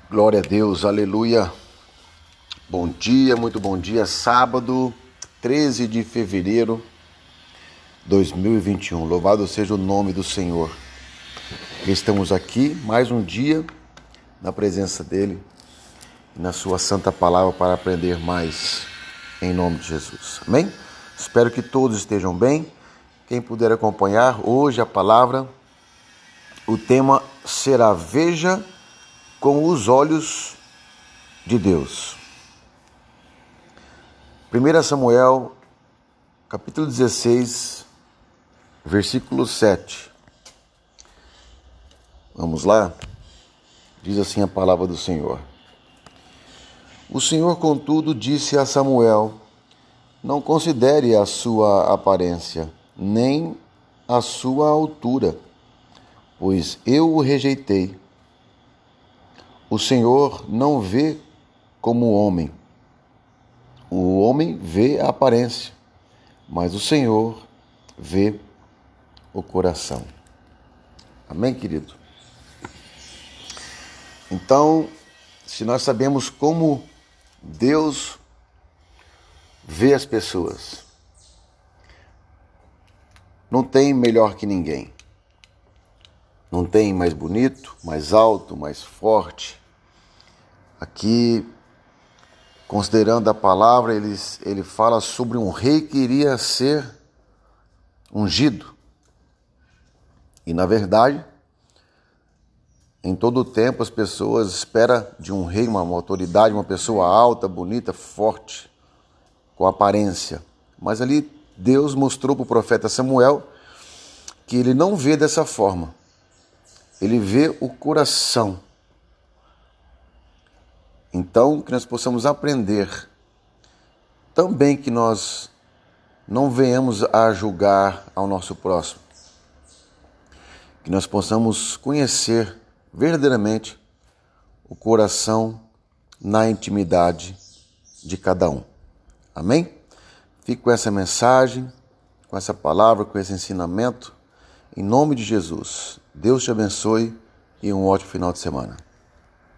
Glória a Deus, aleluia. Bom dia, muito bom dia. Sábado, 13 de fevereiro de 2021. Louvado seja o nome do Senhor. Estamos aqui mais um dia na presença dEle e na sua santa palavra para aprender mais em nome de Jesus. Amém? Espero que todos estejam bem. Quem puder acompanhar hoje a palavra, o tema será Veja com os olhos de Deus. 1 Samuel, capítulo 16, versículo 7. Vamos lá? Diz assim a palavra do Senhor. O Senhor, contudo, disse a Samuel: não considere a sua aparência, nem a sua altura, pois eu o rejeitei. O Senhor não vê como o homem. O homem vê a aparência, mas o Senhor vê o coração. Amém, querido? Então, se nós sabemos como Deus vê as pessoas, não tem melhor que ninguém. Não tem mais bonito, mais alto, mais forte. Aqui, considerando a palavra, ele fala sobre um rei que iria ser ungido. E, na verdade, em todo o tempo, as pessoas esperam de um rei, uma autoridade, uma pessoa alta, bonita, forte, com aparência. Mas ali, Deus mostrou para o profeta Samuel que ele não vê dessa forma. Ele vê o coração. Então, que nós possamos aprender também que nós não venhamos a julgar ao nosso próximo. Que nós possamos conhecer verdadeiramente o coração na intimidade de cada um. Amém? Fico com essa mensagem, com essa palavra, com esse ensinamento. Em nome de Jesus, Deus te abençoe e um ótimo final de semana.